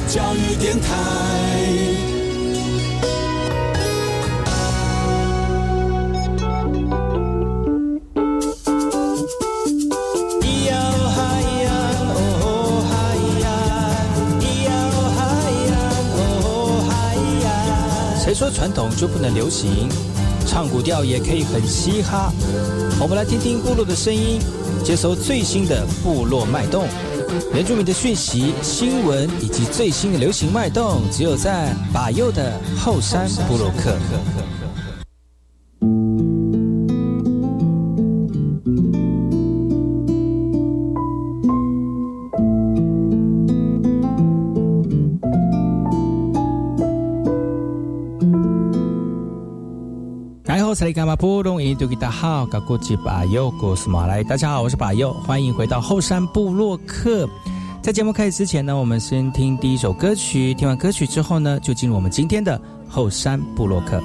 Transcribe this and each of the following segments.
教育电台。 谁说传统就不能流行？唱古调也可以很嘻哈。我们来听听部落的声音，接收最新的部落脉动、原住民的讯息、新闻以及最新的流行脉动，只有在把右的后山部落客。大家好，我是把右，欢迎回到后山部落客。在节目开始之前呢，我们先听第一首歌曲，听完歌曲之后呢，就进入我们今天的后山部落客。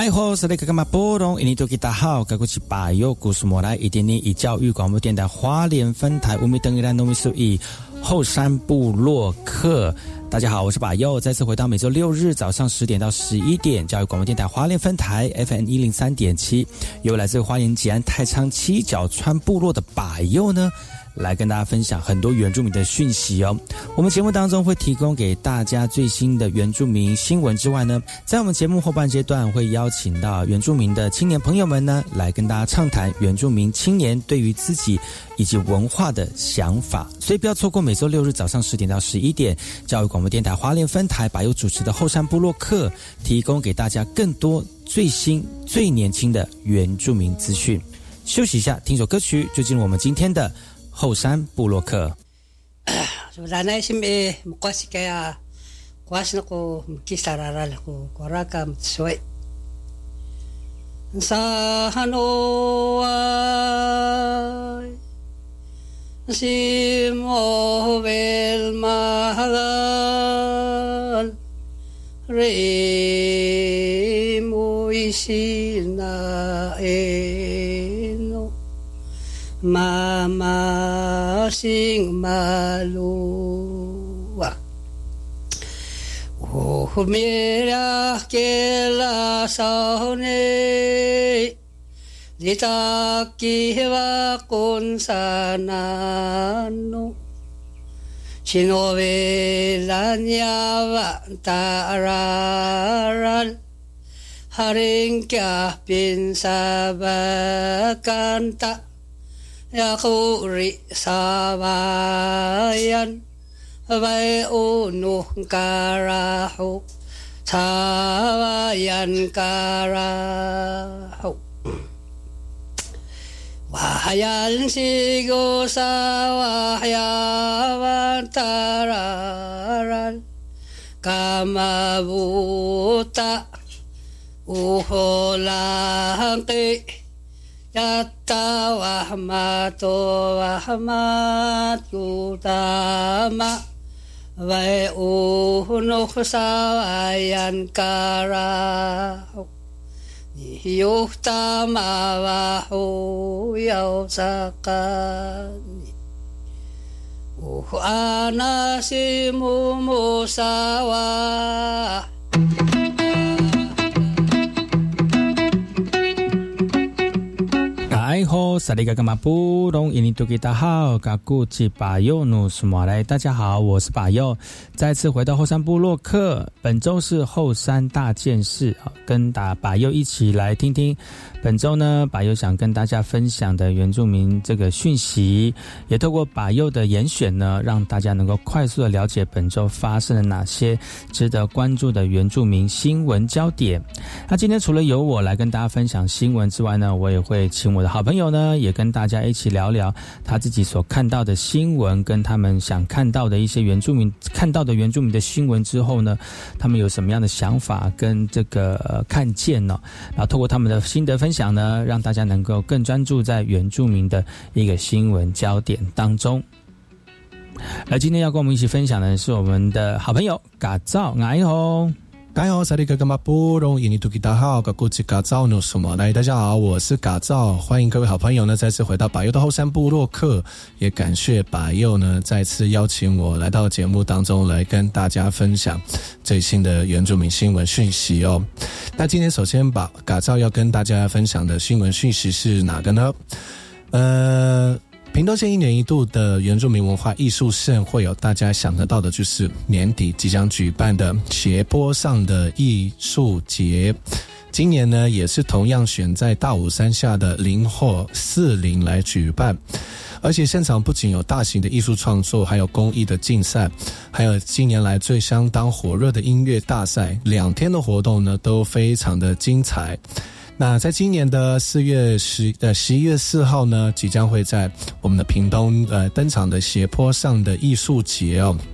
哎吼，是那个干嘛波隆？印尼多吉大好，该过去把右故事莫来1.0以教育广播电台花莲分台乌米登伊兰农民数以后山部落客。大家好，我是把右，再次回到每周6日早上10点到11点，教育广播电台花莲分台 FM 103.7，由来自花莲吉安太仓七角川部落的把右呢，来跟大家分享很多原住民的讯息哦。我们节目当中会提供给大家最新的原住民新闻之外呢，在我们节目后半阶段会邀请到原住民的青年朋友们呢，来跟大家畅谈原住民青年对于自己以及文化的想法。所以不要错过每周6日早上10点到11点，教育广播电台花莲分台把右主持的后山部落客，提供给大家更多最新最年轻的原住民资讯。休息一下，听首歌曲，就进入我们今天的后山部落客。 Sebenarnya sih mukas kayak kuas aku kisararal aku koraka sesuai. Sahano si movel mahal re muisina eno mama sing maluwa mira que la saone dita kiwa con sanano sinovela nyava tararal haring kya pinsaba kanta yakuri sabayan vai unuh karahu sabayan karahu wahayan sigo sawahayawan tararan kamabuta uholangki yatta wahmato wahmat utama vai unuh sawayan karahu niyuh tama wahu yaw sakani anasimu musawa 哎吼，萨利嘎嘎马布隆，印尼多吉大好，嘎古吉巴佑努苏马来，大家好，我是巴佑，再次回到后山部落客，本周是后山大件事啊，跟巴佑一起来听听本周呢，巴佑想跟大家分享的原住民这个讯息，也透过巴佑的严选呢，让大家能够快速的了解本周发生了哪些值得关注的原住民新闻焦点。那今天除了由我来跟大家分享新闻之外呢，我也会请我的好朋友呢，也跟大家一起聊聊他自己所看到的新闻，跟他们想看到的一些原住民看到的原住民的新闻之后呢，他们有什么样的想法跟这个看见呢？然后透过他们的心得分享呢，让大家能够更专注在原住民的一个新闻焦点当中。而今天要跟我们一起分享的是我们的好朋友嘎造哎吼。 大家好，萨利格干嘛不容易？你都给大好，个古吉嘎造努什么？来，大家好，我是嘎造，欢迎各位好朋友呢再次回到把右的后山部落客，也感谢把右呢再次邀请我来到节目当中来跟大家分享最新的原住民新闻讯息哦。那今天首先把嘎造要跟大家分享的新闻讯息是哪个呢？屏东县1年1度的原住民文化艺术盛会有大家想得到的就是年底即将举办的斜坡上的艺术节，今年呢也是同样选在大武山下的林后40来举办，而且现场不仅有大型的艺术创作，还有公益的竞赛，还有近年来最相当火热的音乐大赛，2天的活动呢都非常的精彩。那在今年的11月4号呢，即将会在我们的屏东登场的斜坡上的艺术节哦。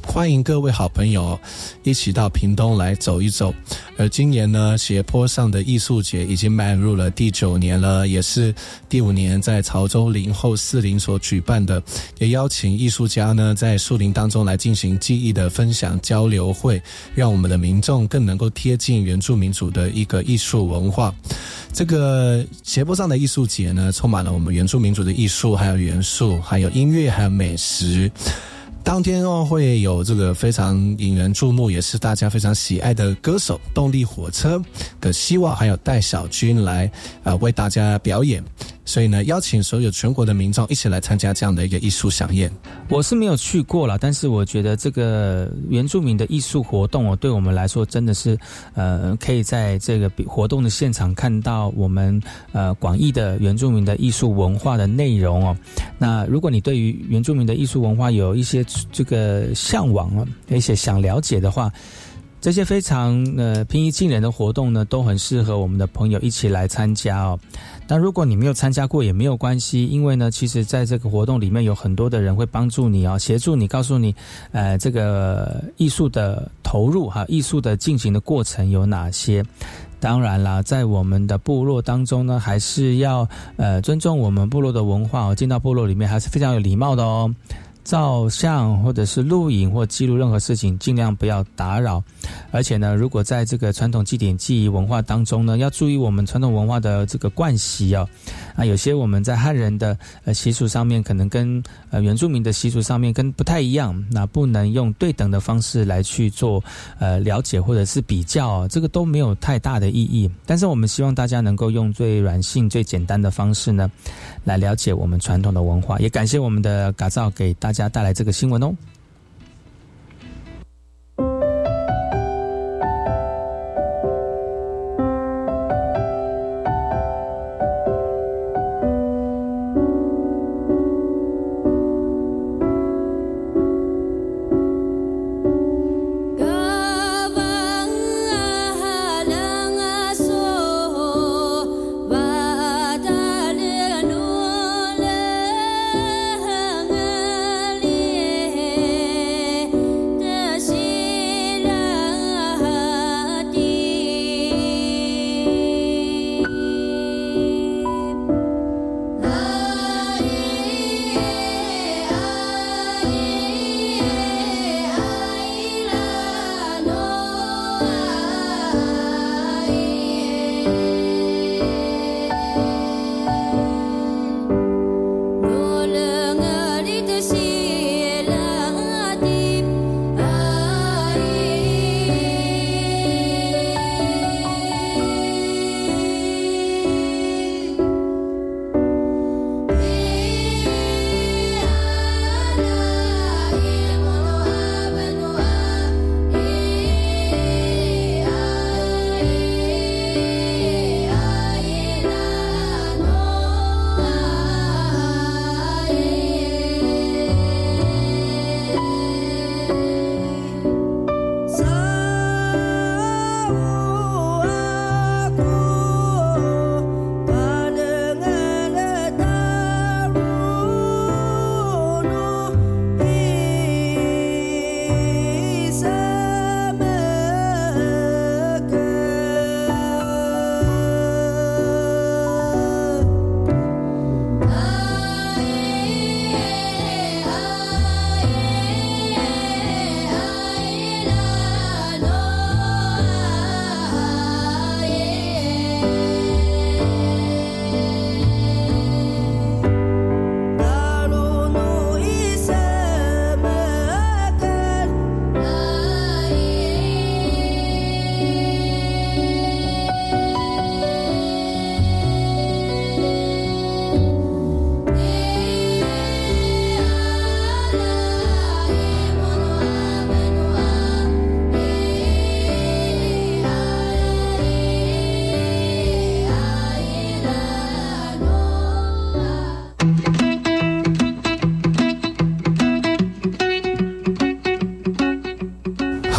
欢迎各位好朋友一起到屏东来走一走。而今年呢，斜坡上的艺术节已经迈入了第9年了，也是第5年在潮州林后4林所举办的，也邀请艺术家呢在树林当中来进行记忆的分享交流会，让我们的民众更能够贴近原住民族的一个艺术文化。这个斜坡上的艺术节呢，充满了我们原住民族的艺术，还有元素，还有音乐，还有美食。当天会有这个非常引人注目，也是大家非常喜爱的歌手动力火车的希望，还有戴小军来为大家表演。所以呢，邀请所有全国的民众一起来参加这样的一个艺术飨宴。 我是没有去过啦，但是我觉得这个原住民的艺术活动对我们来说真的是可以在这个活动的现场看到我们广义的原住民的艺术文化的内容那如果你对于原住民的艺术文化有一些这个向往一些想了解的话，这些非常平易近人的活动呢，都很适合我们的朋友一起来参加但如果你没有参加过也没有关系，因为呢，其实在这个活动里面有很多的人会帮助你协助你，告诉你这个艺术的投入艺术的进行的过程有哪些。当然啦，在我们的部落当中呢，还是要尊重我们部落的文化进到部落里面还是非常有礼貌的照相或者是录影或记录任何事情尽量不要打扰。而且呢，如果在这个传统祭典记忆文化当中呢，要注意我们传统文化的这个惯习有些我们在汉人的习俗上面可能跟原住民的习俗上面跟不太一样，那不能用对等的方式来去做了解或者是比较这个都没有太大的意义。但是我们希望大家能够用最软性最简单的方式呢来了解我们传统的文化。也感谢我们的嘎造给大家带来这个新闻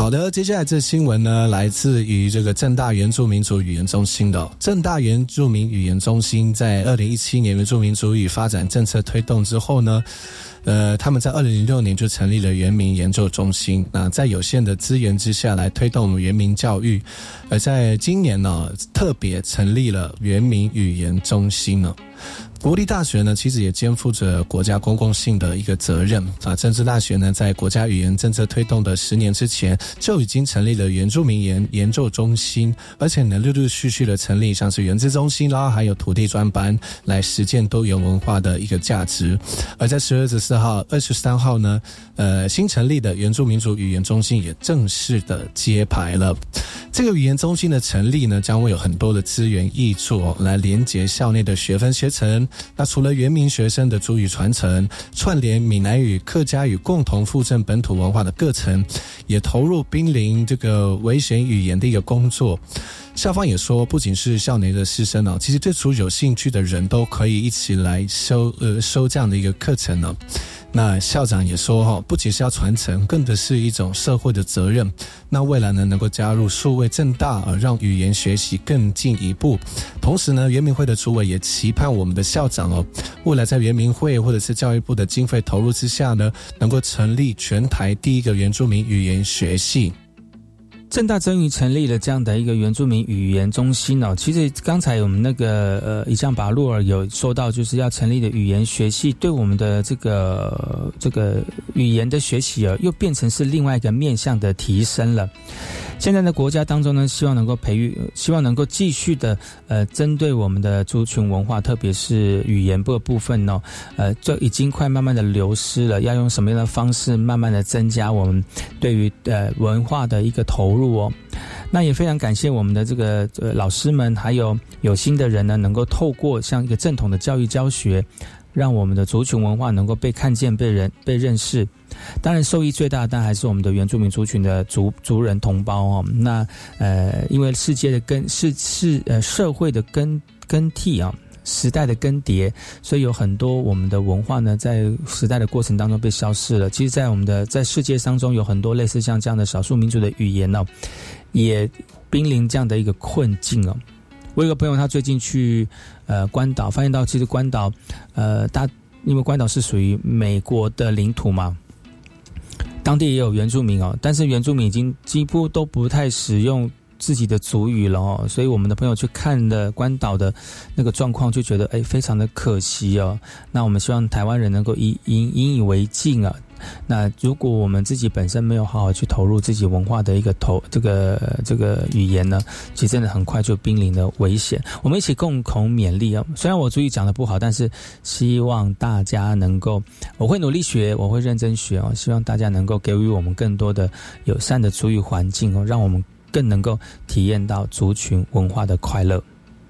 好的，接下来这新闻呢，来自于这个政大原住民族语言中心的政大原住民语言中心，在2017年原住民族语发展政策推动之后呢，他们在2006年就成立了原民研究中心，那在有限的资源之下来推动原民教育，而在今年呢，特别成立了原民语言中心呢。国立大学呢，其实也肩负着国家公共性的一个责任啊。政治大学呢，在国家语言政策推动的10年之前，就已经成立了原住民研究中心，而且呢，陆陆续续的成立像是原资中心啦，还有土地专班，来实践多元文化的一个价值。而在10月14号、23号呢，新成立的原住民族语言中心也正式的揭牌了。这个语言中心的成立呢，将会有很多的资源挹注来连结校内的学分学程。那除了原民学生的族语传承，串联闽南语、客家语共同复振本土文化的课程，也投入濒临这个危险语言的一个工作。校方也说，不仅是校内的师生其实对除有兴趣的人都可以一起来收这样的一个课程呢。那校长也说不仅是要传承，更的是一种社会的责任。那未来呢，能够加入数位政大，让语言学习更进一步。同时呢，原民会的主委也期盼我们的校长未来在原民会或者是教育部的经费投入之下呢，能够成立全台第一个原住民语言学系。 政大终于成立了这样的一个原住民语言中心其实刚才我们那个以上把路尔有说到，就是要成立的语言学系，对我们的这个语言的学习又变成是另外一个面向的提升了。现在的国家当中呢，希望能够培育，希望能够继续的针对我们的族群文化，特别是语言部分就已经快慢慢的流失了，要用什么样的方式慢慢的增加我们对于文化的一个投入那也非常感谢我们的这个老师们，还有心的人呢，能够透过像一个正统的教育教学，让我们的族群文化能够被看见、被认识。当然受益最大的当然还是我们的原住民族群的族人同胞那因为世界的社会的更替时代的更迭，所以有很多我们的文化呢，在时代的过程当中被消失了。其实在我们的在世界当中有很多类似像这样的少数民族的语言也濒临这样的一个困境我有个朋友，他最近去关岛，发现到其实关岛因为关岛是属于美国的领土嘛，当地也有原住民但是原住民已经几乎都不太使用自己的族语了所以我们的朋友去看了关岛的那个状况，就觉得非常的可惜那我们希望台湾人能够引以为镜那如果我们自己本身没有好好去投入自己文化的一个这个语言呢，其实真的很快就濒临了危险。我们一起共同勉励虽然我族语讲得不好，但是希望大家能够，我会努力学，我会认真学希望大家能够给予我们更多的友善的族语环境让我们更能够体验到族群文化的快乐。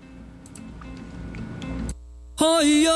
哎呦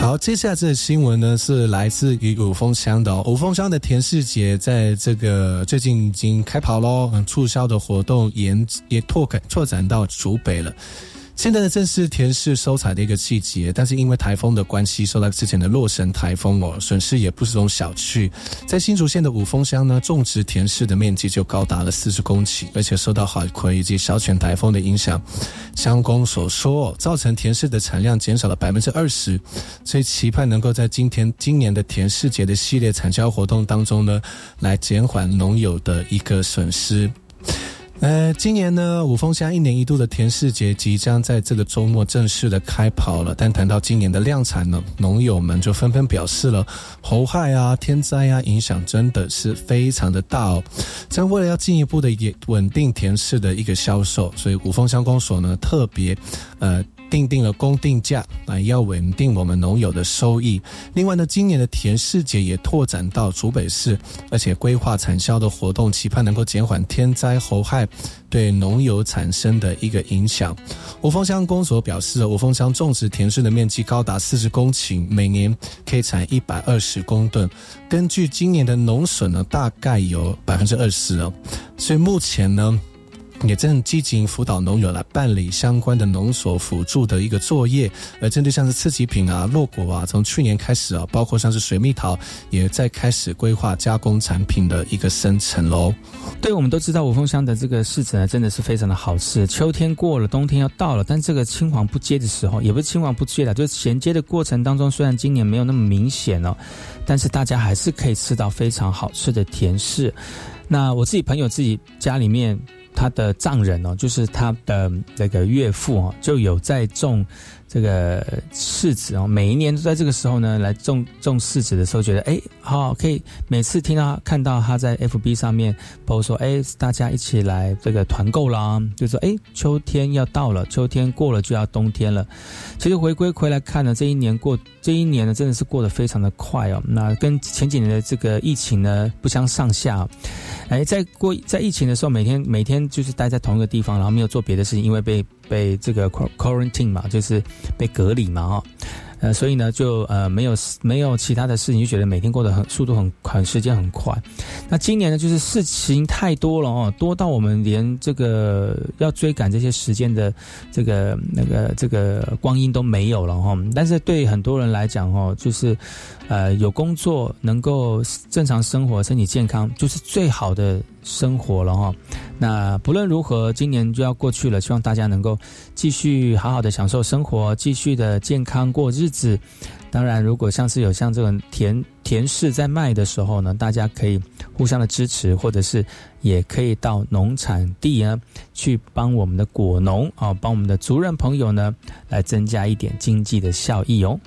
好，接下来这个新闻呢是来自于五峰乡的五峰乡的田氏节在这个最近已经开跑咯，促销的活动也拓展到竹北了。现在呢正是田氏收采的一个季节，但是因为台风的关系，受到之前的洛神台风损失也不是这种小觑。在新竹县的五峰乡呢，种植田氏的面积就高达了40公顷，而且受到海葵以及小犬台风的影响，乡公所说造成田氏的产量减少了 20%， 所以期盼能够在今年的田氏节的系列产销活动当中呢，来减缓农友的一个损失。今年呢，五峰乡1年1度的田氏节即将在这个周末正式的开跑了。但谈到今年的量产呢，农友们就纷纷表示了，猴害啊、天灾啊，影响真的是非常的大哦。这为了要进一步的也稳定田氏的一个销售，所以五峰乡公所呢特别定了公定价，要稳定我们农友的收益。另外呢，今年的田氏节也拓展到竹北市，而且规划产销的活动，期盼能够减缓天灾猴害对农友产生的一个影响。五峰乡公所表示，五峰乡种植田氏的面积高达40公顷，每年可以产120公吨。根据今年的农损呢，大概有 20% 哦。所以目前呢也正积极辅导农友来办理相关的农所辅助的一个作业，而针对像是次级品啊、酪果啊，从去年开始啊，包括像是水蜜桃，也在开始规划加工产品的一个生成咯。 对，我们都知道五峰乡的这个柿子呢，真的是非常的好吃。秋天过了，冬天要到了，但这个青黄不接的时候，也不是青黄不接啦，就是衔接的过程当中，虽然今年没有那么明显哦，但是大家还是可以吃到非常好吃的甜柿。那我自己朋友自己家里面，他的丈人哦，就是他的那个岳父哦，就有在种这个柿子哦，每一年都在这个时候呢来种柿子的时候，觉得好可以每次看到他在 FB 上面 po 说大家一起来这个团购啦，就说秋天要到了，秋天过了就要冬天了。其实回来看呢，这一年呢真的是过得非常的快哦。那跟前几年的这个疫情呢不相上下哦。在疫情的时候，每天就是待在同一个地方，然后没有做别的事情，因为被这个 quarantine 嘛，就是被隔离嘛所以呢就没有其他的事情，就觉得每天过得速度很快，时间很快。那今年呢就是事情太多了多到我们连这个要追赶这些时间的这个光阴都没有了但是对很多人来讲就是有工作，能够正常生活，身体健康，就是最好的生活了那不论如何，今年就要过去了，希望大家能够继续好好的享受生活，继续的健康过日子。当然如果像这种田氏在卖的时候呢，大家可以互相的支持，或者是也可以到农产地呢去帮我们的果农帮我们的族人朋友呢来增加一点经济的效益哦。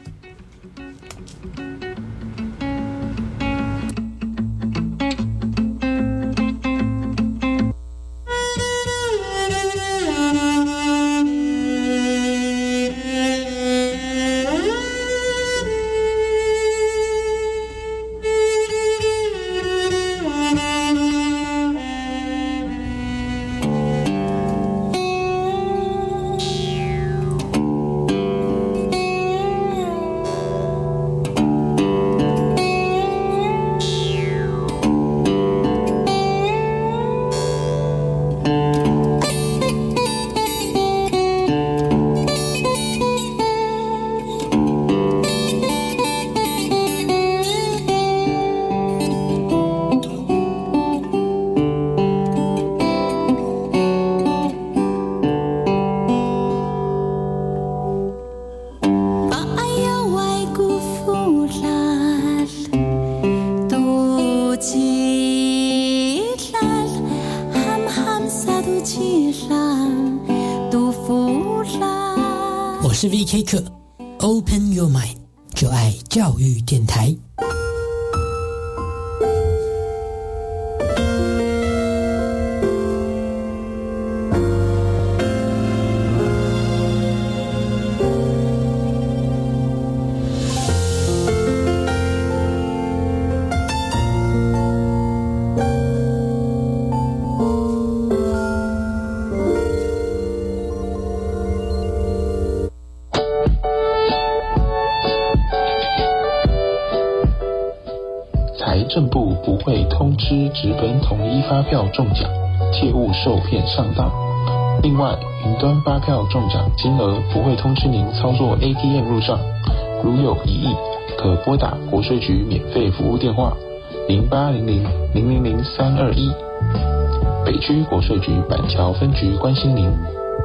我是 VK 客 Open Your Mind， 就爱教育电台。 政部不会通知纸本统一发票中奖，切勿受骗上当。另外，云端发票中奖金额不会通知您操作 ATM 入账，如有疑义，可拨打国税局免费服务电话0800-000-321，北区国税局板桥分局关心您。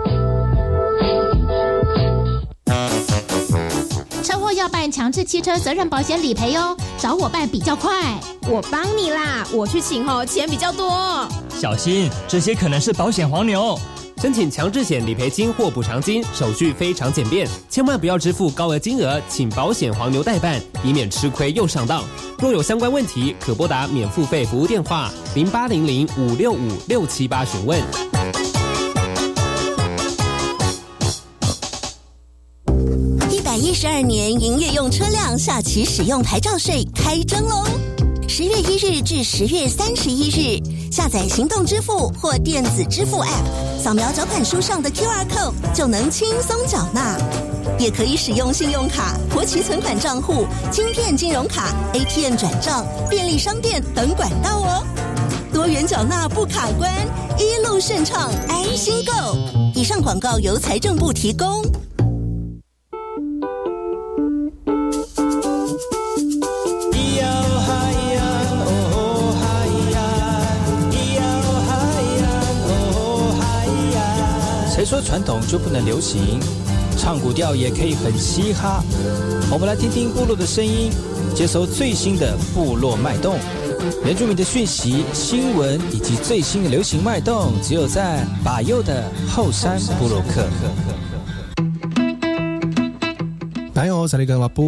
车祸要办强制汽车责任保险理赔哦，找我办比较快。 我帮你啦，我去请钱比较多。 小心，这些可能是保险黄牛。 申请强制险理赔金或补偿金，手续非常简便，千万不要支付高额金额，请保险黄牛代办，以免吃亏又上当。若有相关问题，可拨打免付费服务电话0800-565-678询问。 112年营业用车辆下期使用牌照税开征喽！10月1日至10月31日，下载行动支付或电子支付 App， 扫描缴款书上的 QR Code 就能轻松缴纳。也可以使用信用卡、活期存款账户、晶片金融卡、ATM 转账、便利商店等管道哦。多元缴纳不卡关，一路顺畅，安心购。以上广告由财政部提供。 谁说传统就不能流行？唱古调也可以很嘻哈。我们来听听部落的声音，接收最新的部落脉动、原住民的讯息、新闻以及最新的流行脉动，只有在把右的后山部落客。 大家好，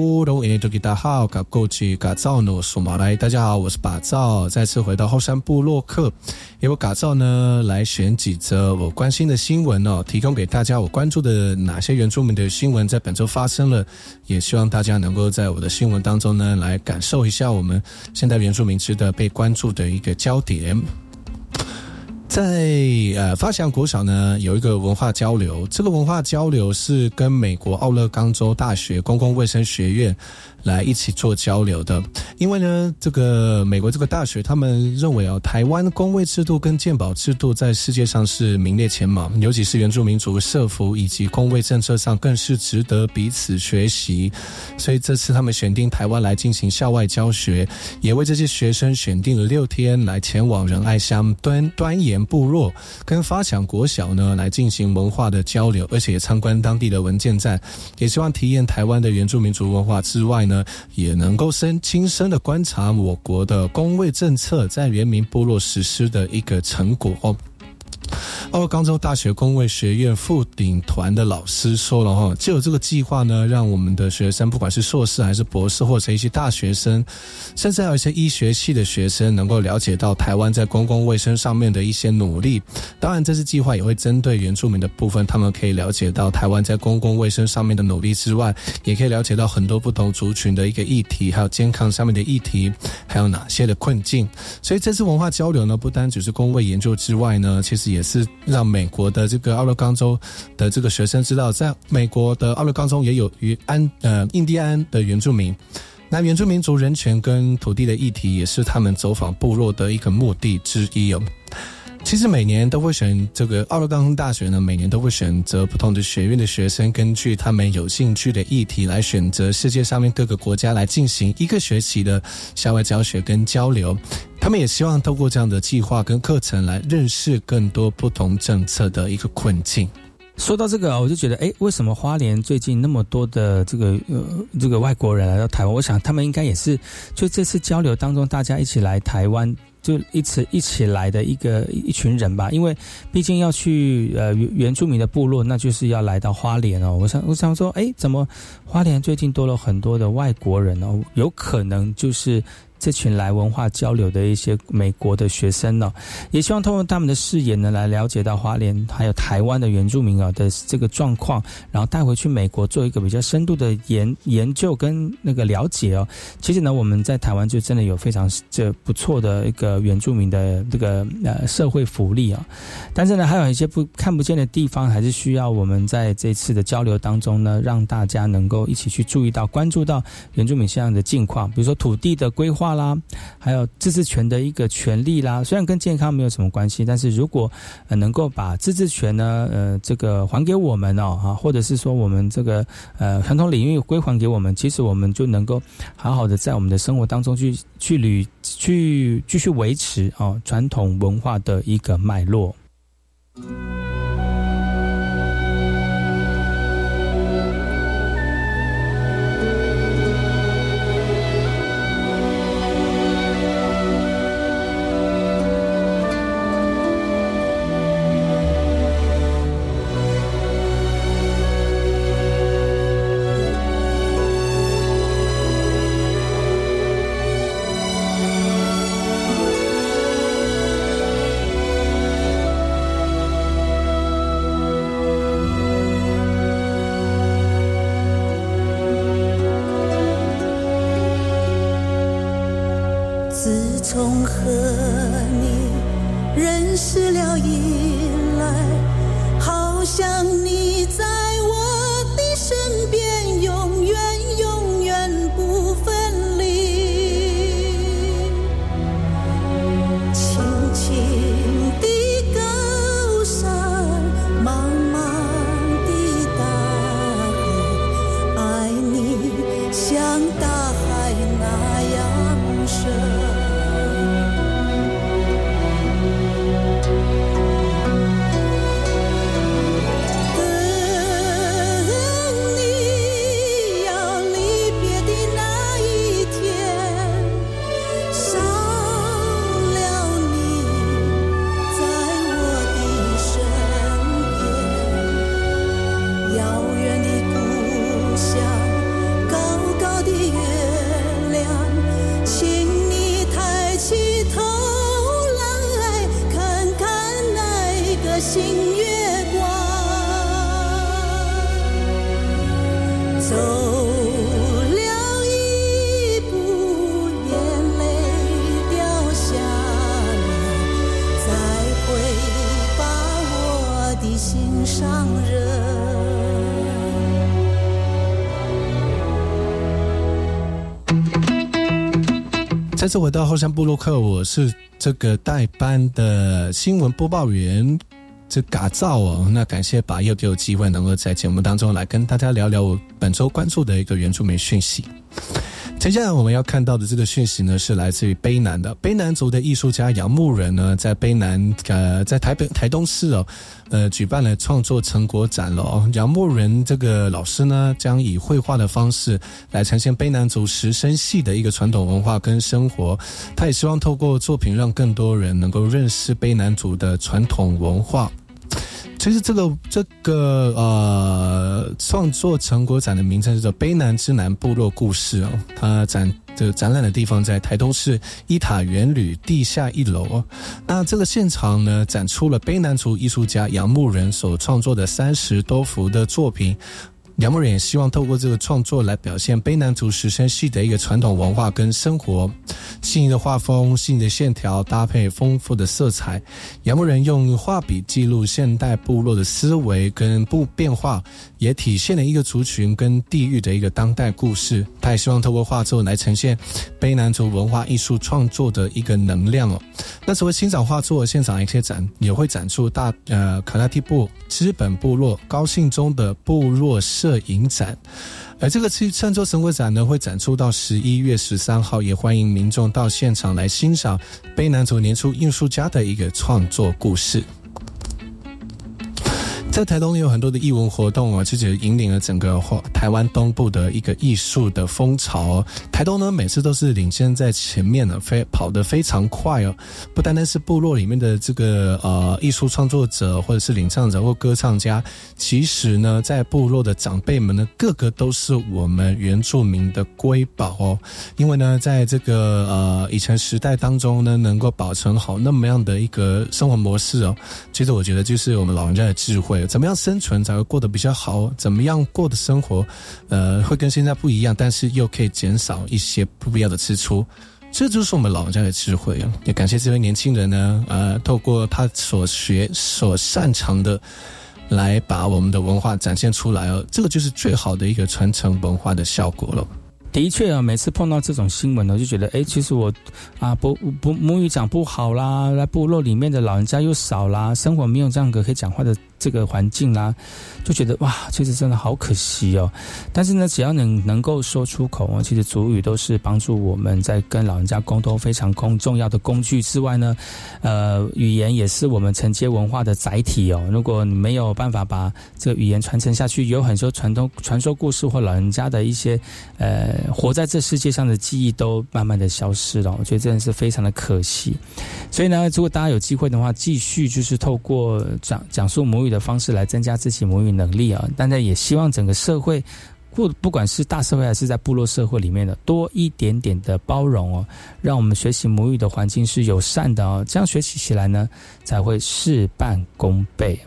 大家好，我是把照，再次回到后山部落客，由我把照呢来选几则我关心的新闻哦，提供给大家我关注的哪些原住民的新闻在本周发生了，也希望大家能够在我的新闻当中呢来感受一下我们现在原住民值得被关注的一个焦点。在发祥国小呢有一个文化交流，这个文化交流是跟美国奥勒冈州大学公共卫生学院来一起做交流的。因为呢这个美国这个大学他们认为台湾公卫制度跟健保制度在世界上是名列前茅，尤其是原住民族社福以及公卫政策上更是值得彼此学习，所以这次他们选定台湾来进行校外教学，也为这些学生选定了6天来前往仁爱乡端岩部落跟发祥国小呢来进行文化的交流，而且也参观当地的文件站，也希望体验台湾的原住民族文化之外呢，也能够亲身的观察我国的公卫政策在原民部落实施的一个成果哦。奥勒冈州大学公卫学院副领团的老师说了就有这个计划呢，让我们的学生不管是硕士还是博士，或者一些大学生，甚至还有一些医学系的学生能够了解到台湾在公共卫生上面的一些努力。当然这次计划也会针对原住民的部分，他们可以了解到台湾在公共卫生上面的努力之外，也可以了解到很多不同族群的一个议题，还有健康上面的议题，还有哪些的困境。所以这次文化交流呢，不单只是公卫研究之外呢，其实也是让美国的这个奥勒冈州的这个学生知道，在美国的奥勒冈州也有印第安的原住民，那原住民族人权跟土地的议题也是他们走访部落的一个目的之一哦。其实每年都会选这个奥勒冈大学呢，每年都会选择不同的学院的学生，根据他们有兴趣的议题来选择世界上面各个国家来进行1个学期的校外教学跟交流。他们也希望透过这样的计划跟课程来认识更多不同政策的一个困境。 说到这个我就觉得为什么花莲最近那么多的这个外国人来到台湾，我想他们应该也是就这次交流当中大家一起来台湾就一起来的一群人吧，因为毕竟要去原住民的部落，那就是要来到花莲哦。我想说怎么花莲最近多了很多的外国人哦，有可能就是这群来文化交流的一些美国的学生哦，也希望通过他们的视野呢，来了解到花莲还有台湾的原住民的这个状况，然后带回去美国做一个比较深度的研究跟那个了解哦。其实呢，我们在台湾就真的有非常不错的一个原住民的这个社会福利啊，但是呢，还有一些看不见的地方，还是需要我们在这次的交流当中呢，让大家能够一起去注意到、关注到原住民现在的境况，比如说土地的规划。 化啦，还有自治权的一个权利啦。虽然跟健康没有什么关系，但是如果能够把自治权呢这个还给我们或者是说我们这个传统领域归还给我们，其实我们就能够好好的在我们的生活当中去继续维持传统文化的一个脉络。 从和你认识了以来，好像你在我的身边，永远永远不分离。轻轻的高山，茫茫的大海，爱你像大海那样深。 再次回到后山部落客，我是这个代班的新闻播报员这嘎造那感谢把佑给我机会能够在节目当中来跟大家聊聊我本周关注的一个原住民讯息。接下来我们要看到的这个讯息呢，是来自于卑南的卑南族的艺术家杨牧人呢，在卑南在台东市举办了创作成果展了杨牧人这个老师呢，将以绘画的方式来呈现卑南族石声系的一个传统文化跟生活。他也希望透过作品让更多人能够认识卑南族的传统文化。其实这个创作成果展的名称叫做卑南之南部落故事它展览的地方在台东市伊塔园旅地下1楼那这个现场呢，展出了卑南族艺术家杨牧人所创作的30多幅的作品。杨牧人也希望透过这个创作来表现卑南族石声系的一个传统文化跟生活。细腻的画风，细腻的线条，搭配丰富的色彩。杨牧人用画笔记录现代部落的思维跟变化，也体现了一个族群跟地域的一个当代故事。他也希望透过画作来呈现卑南族文化艺术创作的一个能量那除了欣赏画作，现场也会展出卡拉蒂布知本部落高兴中的部落摄影展。而这个创作成果展呢，会展出到11月13号，也欢迎民众到现场来欣赏卑南族年初艺术家的一个创作故事。在台东也有很多的艺文活动其实引领了整个台湾东部的一个艺术的风潮台东呢，每次都是领先在前面跑得非常快不单单是部落里面的这个艺术创作者或者是领唱者或歌唱家，其实呢，在部落的长辈们呢，个个都是我们原住民的瑰宝因为呢，在这个以前时代当中呢，能够保存好那么样的一个生活模式其实我觉得就是我们老人家的智慧，怎么样生存才会过得比较好，怎么样过的生活会跟现在不一样，但是又可以减少一些不必要的支出，这就是我们老人家的智慧也感谢这位年轻人呢透过他所擅长的来把我们的文化展现出来这个就是最好的一个传承文化的效果了。 的确啊，每次碰到这种新闻呢，就觉得其实我啊母语讲不好啦，在部落里面的老人家又少啦，生活没有这样个可以讲话的这个环境啦，就觉得哇，其实真的好可惜哦。但是呢，只要能够说出口哦，其实族语都是帮助我们在跟老人家沟通非常重要的工具之外呢，语言也是我们承接文化的载体哦。如果你没有办法把这个语言传承下去，有很多传说故事或老人家的一些活在这世界上的记忆都慢慢的消失了，我觉得真的是非常的可惜。所以呢，如果大家有机会的话，继续就是透过讲述母语的方式来增加自己母语能力啊，但是也希望整个社会，不管是大社会还是在部落社会里面的，多一点点的包容哦，让我们学习母语的环境是友善的哦，这样学习起来呢，才会事半功倍。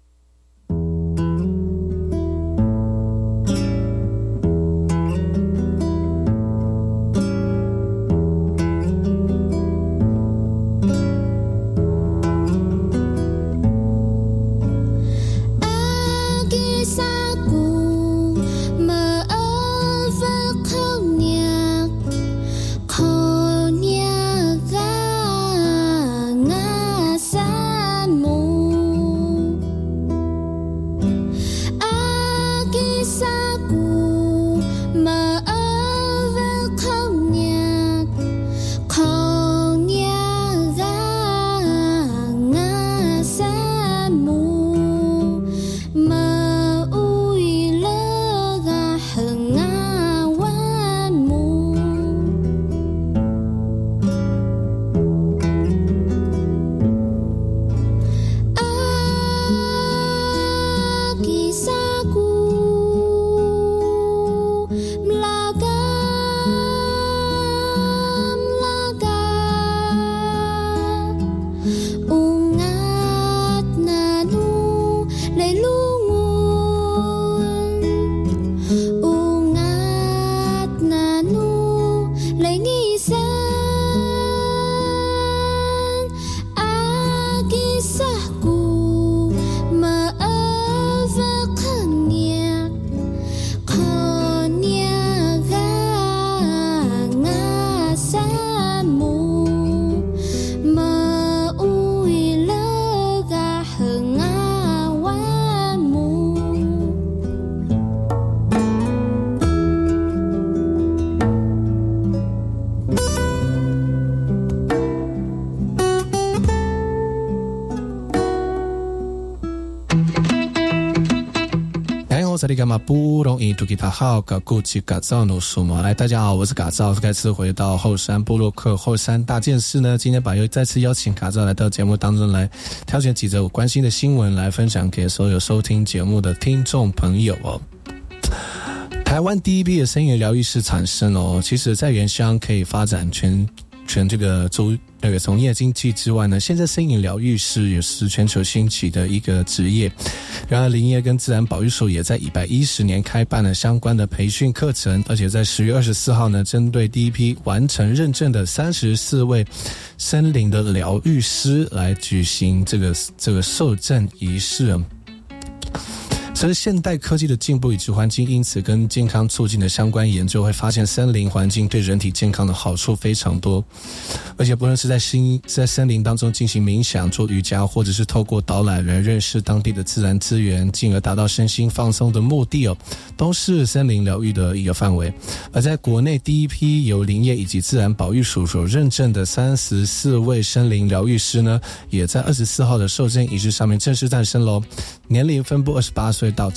来，大家好，我是嘎造，再次回到后山部落客后山大件事呢。今天把又再次邀请嘎造来到节目当中来，挑选几则我关心的新闻来分享给所有收听节目的听众朋友哦。台湾第一批的声音疗愈师产生哦，其实在原乡可以发展全这个从业经济之外呢，现在声音疗愈师也是全球兴起的一个职业。然而林业跟自然保育署也在110年开办了相关的培训课程，而且在10月24号呢，针对第一批完成认证的34位森林的疗愈师来举行这个受证仪式。随着现代科技的进步以及环境因此跟健康促进的相关研究，会发现森林环境对人体健康的好处非常多，而且不论是在森林当中进行冥想、做瑜伽，或者是透过导览来认识当地的自然资源，进而达到身心放松的目的哦，都是森林疗愈的一个范围。而在国内第一批由林业以及自然保育署所认证的34位森林疗愈师呢，也在24号的受证仪式上面正式诞生咯，年龄分布28岁到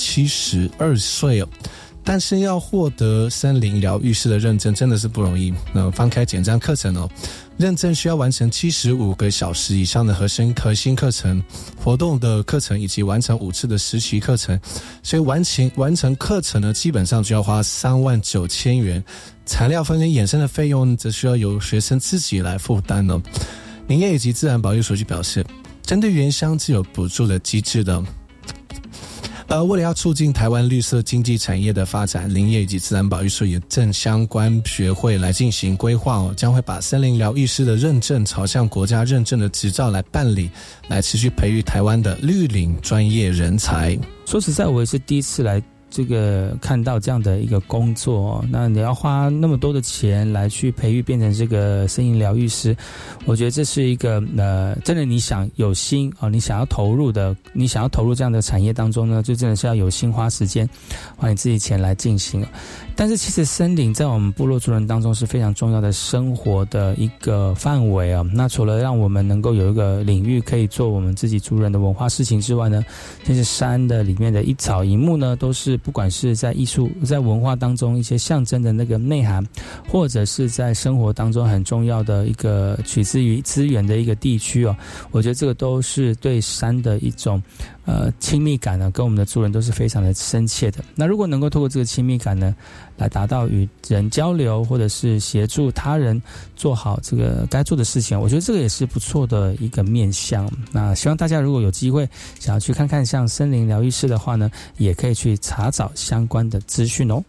72岁哦。但是要获得森林疗愈师的认证真的是不容易。翻开简章课程哦，认证需要完成75个小时以上的核心课程、活动的课程以及完成5次的实习课程，所以完成课程呢，基本上就要花39000元。材料分跟衍生的费用则需要由学生自己来负担哦。林业以及自然保育署就表示，针对原乡是有补助的机制的。为了要促进台湾绿色经济产业的发展，林业以及自然保育署也正相关学会来进行规划哦，将会把森林疗愈师的认证朝向国家认证的执照来办理，来持续培育台湾的绿领专业人才。 说实在，我也是第一次来这个看到这样的一个工作那你要花那么多的钱来去培育变成这个声音疗愈师，我觉得这是一个真的你想有心你想要投入这样的产业当中呢，就真的是要有心花时间花你自己钱来进行。但是其实森林在我们部落族人当中是非常重要的生活的一个范围啊。那除了让我们能够有一个领域可以做我们自己族人的文化事情之外呢，其实山的里面的一草一木呢，都是不管是在艺术在文化当中一些象征的那个内涵，或者是在生活当中很重要的一个取之于资源的一个地区我觉得这个都是对山的一种亲密感呢，跟我们的族人都是非常的深切的。那如果能够透过这个亲密感呢，来达到与人交流，或者是协助他人做好这个该做的事情，我觉得这个也是不错的一个面向。那希望大家如果有机会想要去看看像森林疗愈师的话呢，也可以去查找相关的资讯哦。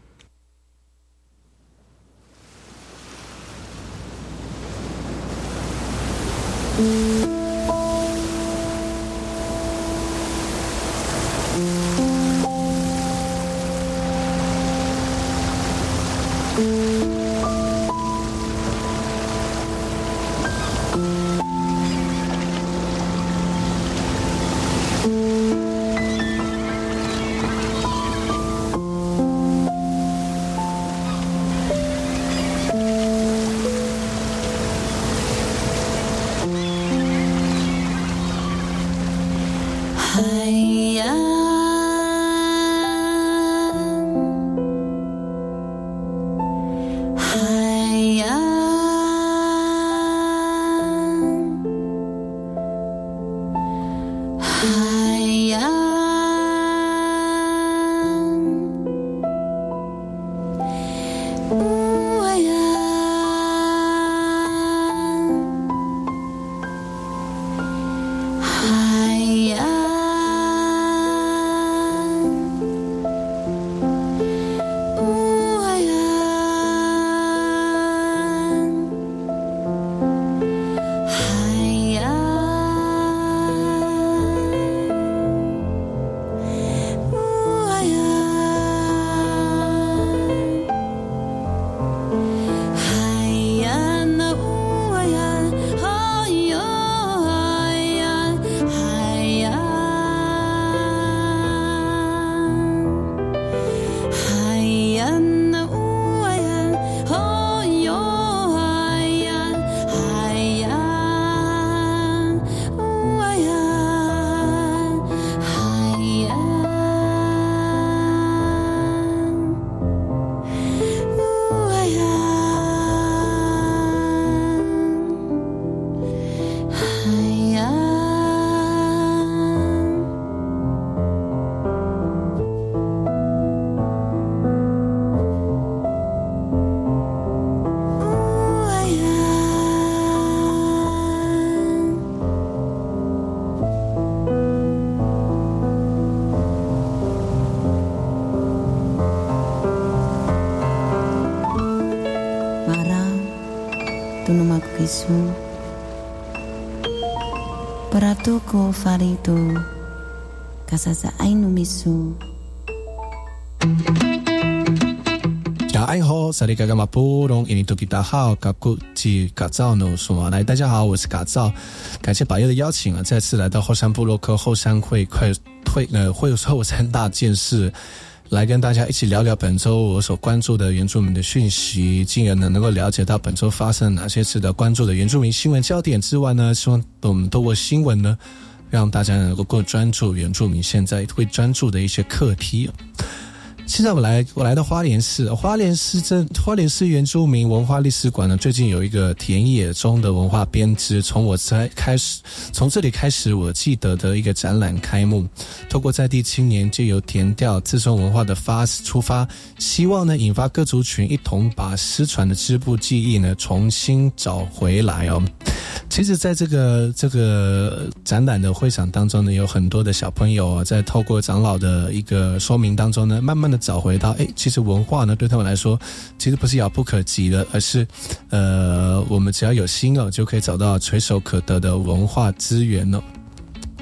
Paratuko farito kasasa ainu misu。 爱好萨利嘎嘎马布隆印尼图吉达号嘎古吉嘎造努苏马来，大家好，我是嘎造，感谢把友的邀请再次来到后山部落客后山会后山大件事，来跟大家一起聊聊本周我所关注的原住民的讯息，进而能够了解到本周发生哪些值得关注的原住民新闻焦点之外呢，希望我们透过新闻呢，让大家能够更专注原住民现在会专注的一些课题。现在我来到花莲市，花莲市原住民文化历史馆呢，最近有一个田野中的文化编织，从这里开始我记得的一个展览开幕，透过在地青年藉由田调自创文化的出发，希望呢引发各族群一同把失传的织布技艺呢重新找回来哦。其实在这个展览的会场当中呢，有很多的小朋友在透过长老的一个说明当中呢，慢慢的找回到其实文化呢对他们来说其实不是遥不可及的，而是我们只要有心就可以找到垂手可得的文化资源哦。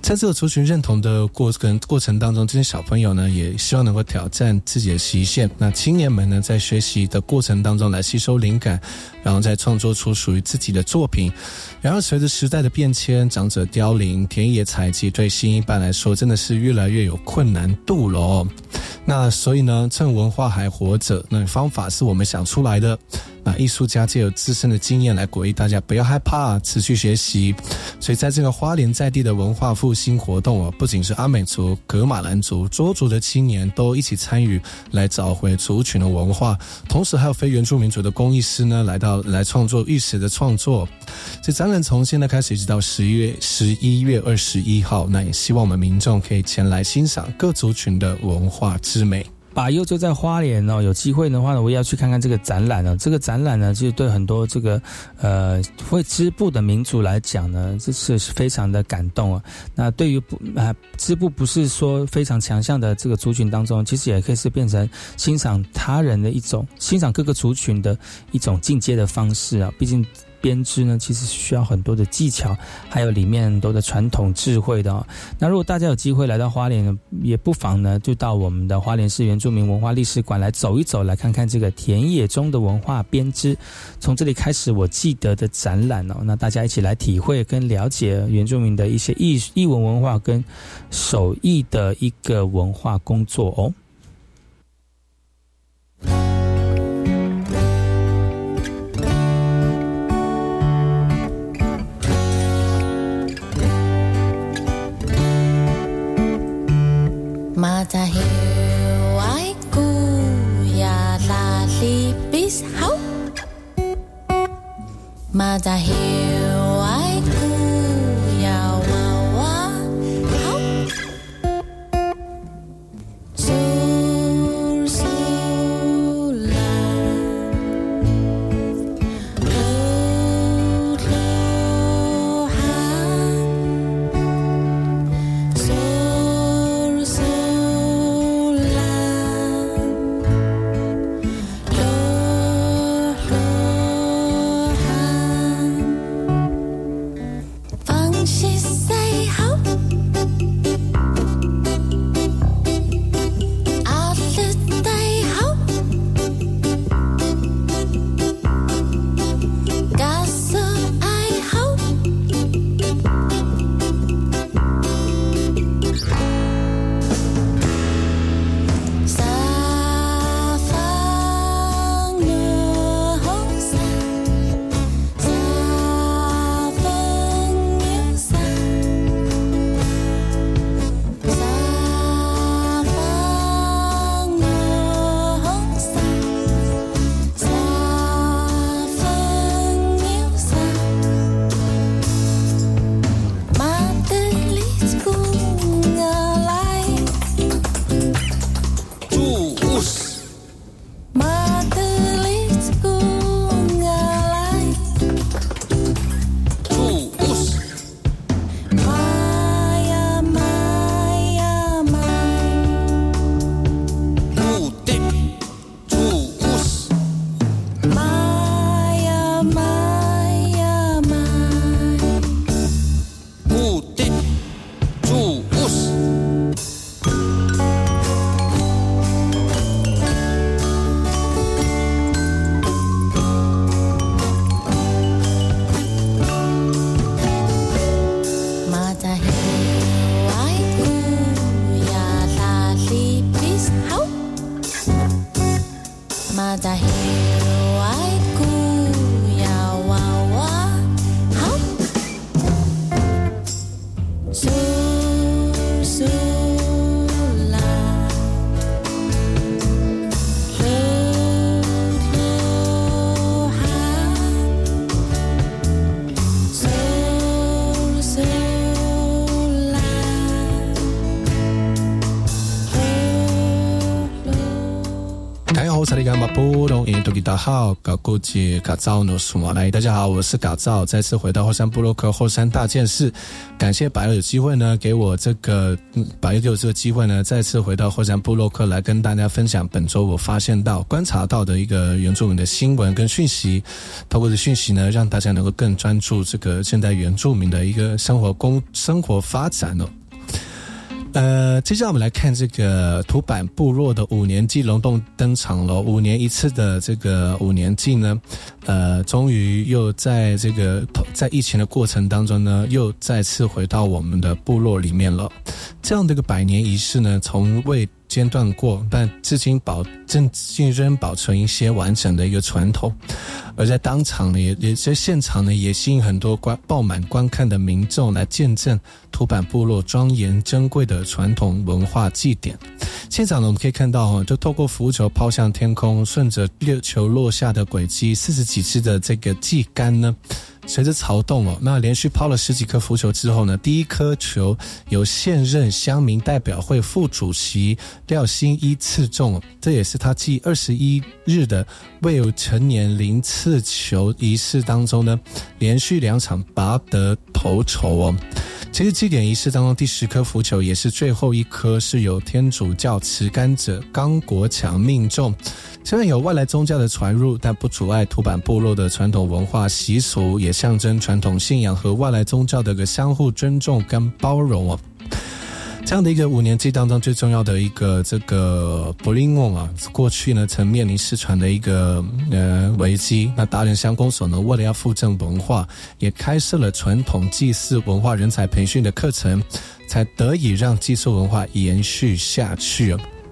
在这个族群认同的过程当中，这些小朋友呢也希望能够挑战自己的极限，那青年们呢在学习的过程当中来吸收灵感，然后再创作出属于自己的作品。然而随着时代的变迁，长者凋零，田野采集对新一代来说真的是越来越有困难度了哦。那所以呢，趁文化还活着，那方法是我们想出来的。那艺术家借由自身的经验来鼓励大家不要害怕，持续学习。所以在这个花莲在地的文化复兴活动哦，不仅是阿美族、噶玛兰族、卓族的青年都一起参与来找回族群的文化，同时还有非原住民族的工艺师呢来创作玉石的创作。这展览从现在开始一直到11月21号，那也希望我们民众可以前来欣赏各族群的文化之美。 把佑就在花莲哦，有机会的话呢，我也要去看看这个展览哦。这个展览呢，其实对很多这个会织布的民族来讲呢，这是非常的感动啊。那对于织布不是说非常强项的这个族群当中，其实也可以是变成欣赏他人的一种，欣赏各个族群的一种进阶的方式啊。毕竟编织呢，其实需要很多的技巧，还有里面很多的传统智慧的哦。那如果大家有机会来到花莲呢，也不妨呢就到我们的花莲市原住民文化历史馆来走一走，来看看这个田野中的文化编织，从这里开始我记得的展览哦。那大家一起来体会跟了解原住民的一些艺文文化跟手艺的一个文化工作哦。 Matahil ay kuya lalipis hau Matahil ay kuya wawa hau 大家好，我是嘎造，再次回到后山部落客后山大件事。感谢百佑有机会呢，给我这个机会呢，再次回到后山部落客来跟大家分享本周我发现到、观察到的一个原住民的新闻跟讯息。透过这讯息呢，让大家能够更专注这个现代原住民的一个生活发展哦。 接下来我们来看这个土坂部落的5年祭隆重登场了。5年一次的这个5年祭呢，终于又在这个在疫情的过程当中呢，又再次回到我们的部落里面了。这样的一个100年仪式呢，从未间断过，但至今仍保存一些完整的一个传统。而在当场呢，也在现场呢，也吸引很多爆满观看的民众来见证土坂部落庄严珍贵的传统文化祭典。现场呢，我们可以看到就透过浮球抛向天空，顺着月球落下的轨迹，40几支的这个祭竿呢，随着潮动那连续抛了10几颗浮球之后呢，第一颗球由现任乡民代表会副主席廖新一刺中，这也是他继21日的未成年龄刺球仪式当中呢，连续2场拔得头筹其实祭典仪式当中第10颗浮球也是最后一颗，是由天主教持竿者冈国强命中。虽然有外来宗教的传入，但不阻碍土坂部落的传统文化习俗，也象征传统信仰和外来宗教的一个相互尊重跟包容这样的一个5年祭当中最重要的一个这个布林翁过去呢曾面临失传的一个危机。那达人乡公所呢，为了要复振文化，也开设了传统祭祀文化人才培训的课程，才得以让祭祀文化延续下去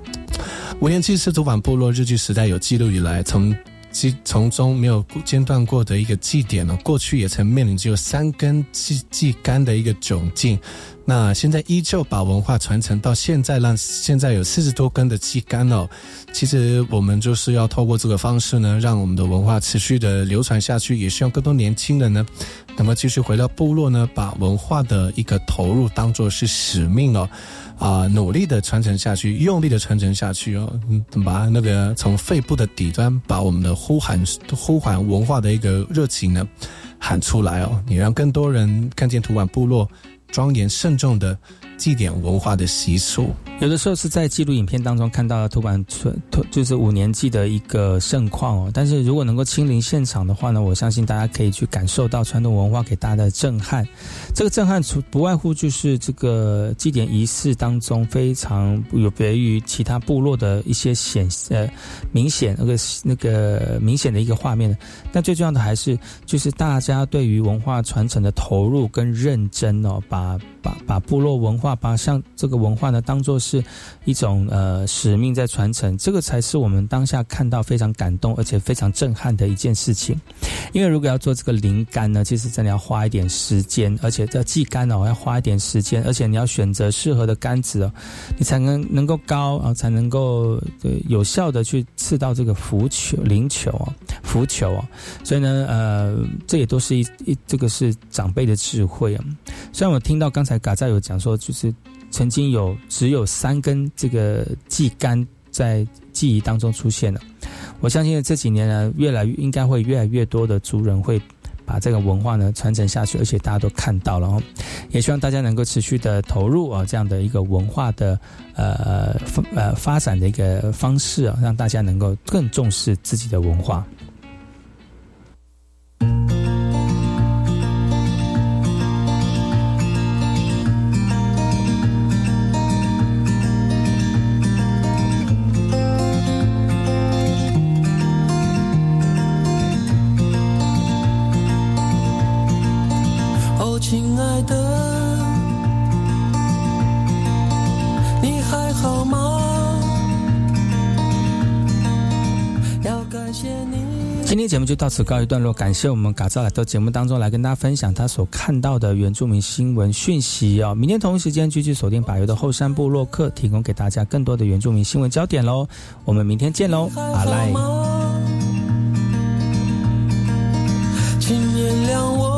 5年祭是土坂部落日据时代有记录以来从中没有间断过的一个祭典过去也曾面临只有3根祭竿的一个窘境，那现在依旧把文化传承到现在，让现在有40多根的祭竿其实我们就是要透过这个方式呢，让我们的文化持续的流传下去，也希望更多年轻人呢，那么继续回到部落呢，把文化的一个投入当作是使命努力的传承下去，用力的传承下去把那个从肺部的底端把我们的呼喊文化的一个热情呢喊出来也让更多人看见土坂部落庄严慎重的祭典文化的习俗。 有的时候是在纪录影片当中看到土坂就是5年祭的一个盛况但是如果能够亲临现场的话呢，我相信大家可以去感受到传统文化给大家的震撼。这个震撼不外乎就是这个祭典仪式当中非常有别于其他部落的一些明显那个明显的一个画面。但最重要的还是就是大家对于文化传承的投入跟认真把部落文化把像这个文化呢当作是一种使命在传承，这个才是我们当下看到非常感动而且非常震撼的一件事情。因为如果要做这个灵竿呢，其实真的要花一点时间，而且这祭竿要花一点时间，而且你要选择适合的竿子你才能够高才能够有效的去刺到这个浮球所以呢这也都是这个是长辈的智慧虽然我听到刚才嘎在有讲说就是曾经只有3根这个祭竿在记忆当中出现了，我相信这几年呢应该会越来越多的族人会把这个文化呢传承下去，而且大家都看到了也希望大家能够持续的投入这样的一个文化的发展的一个方式让大家能够更重视自己的文化。 亲爱的，你还好吗？要感谢你。 今天节目就到此告一段落，感谢我们嘎造来到节目当中来跟大家分享他所看到的原住民新闻讯息明天同一时间继续锁定百油的后山部落客，提供给大家更多的原住民新闻焦点咯。我们明天见咯，阿赖。 请原谅我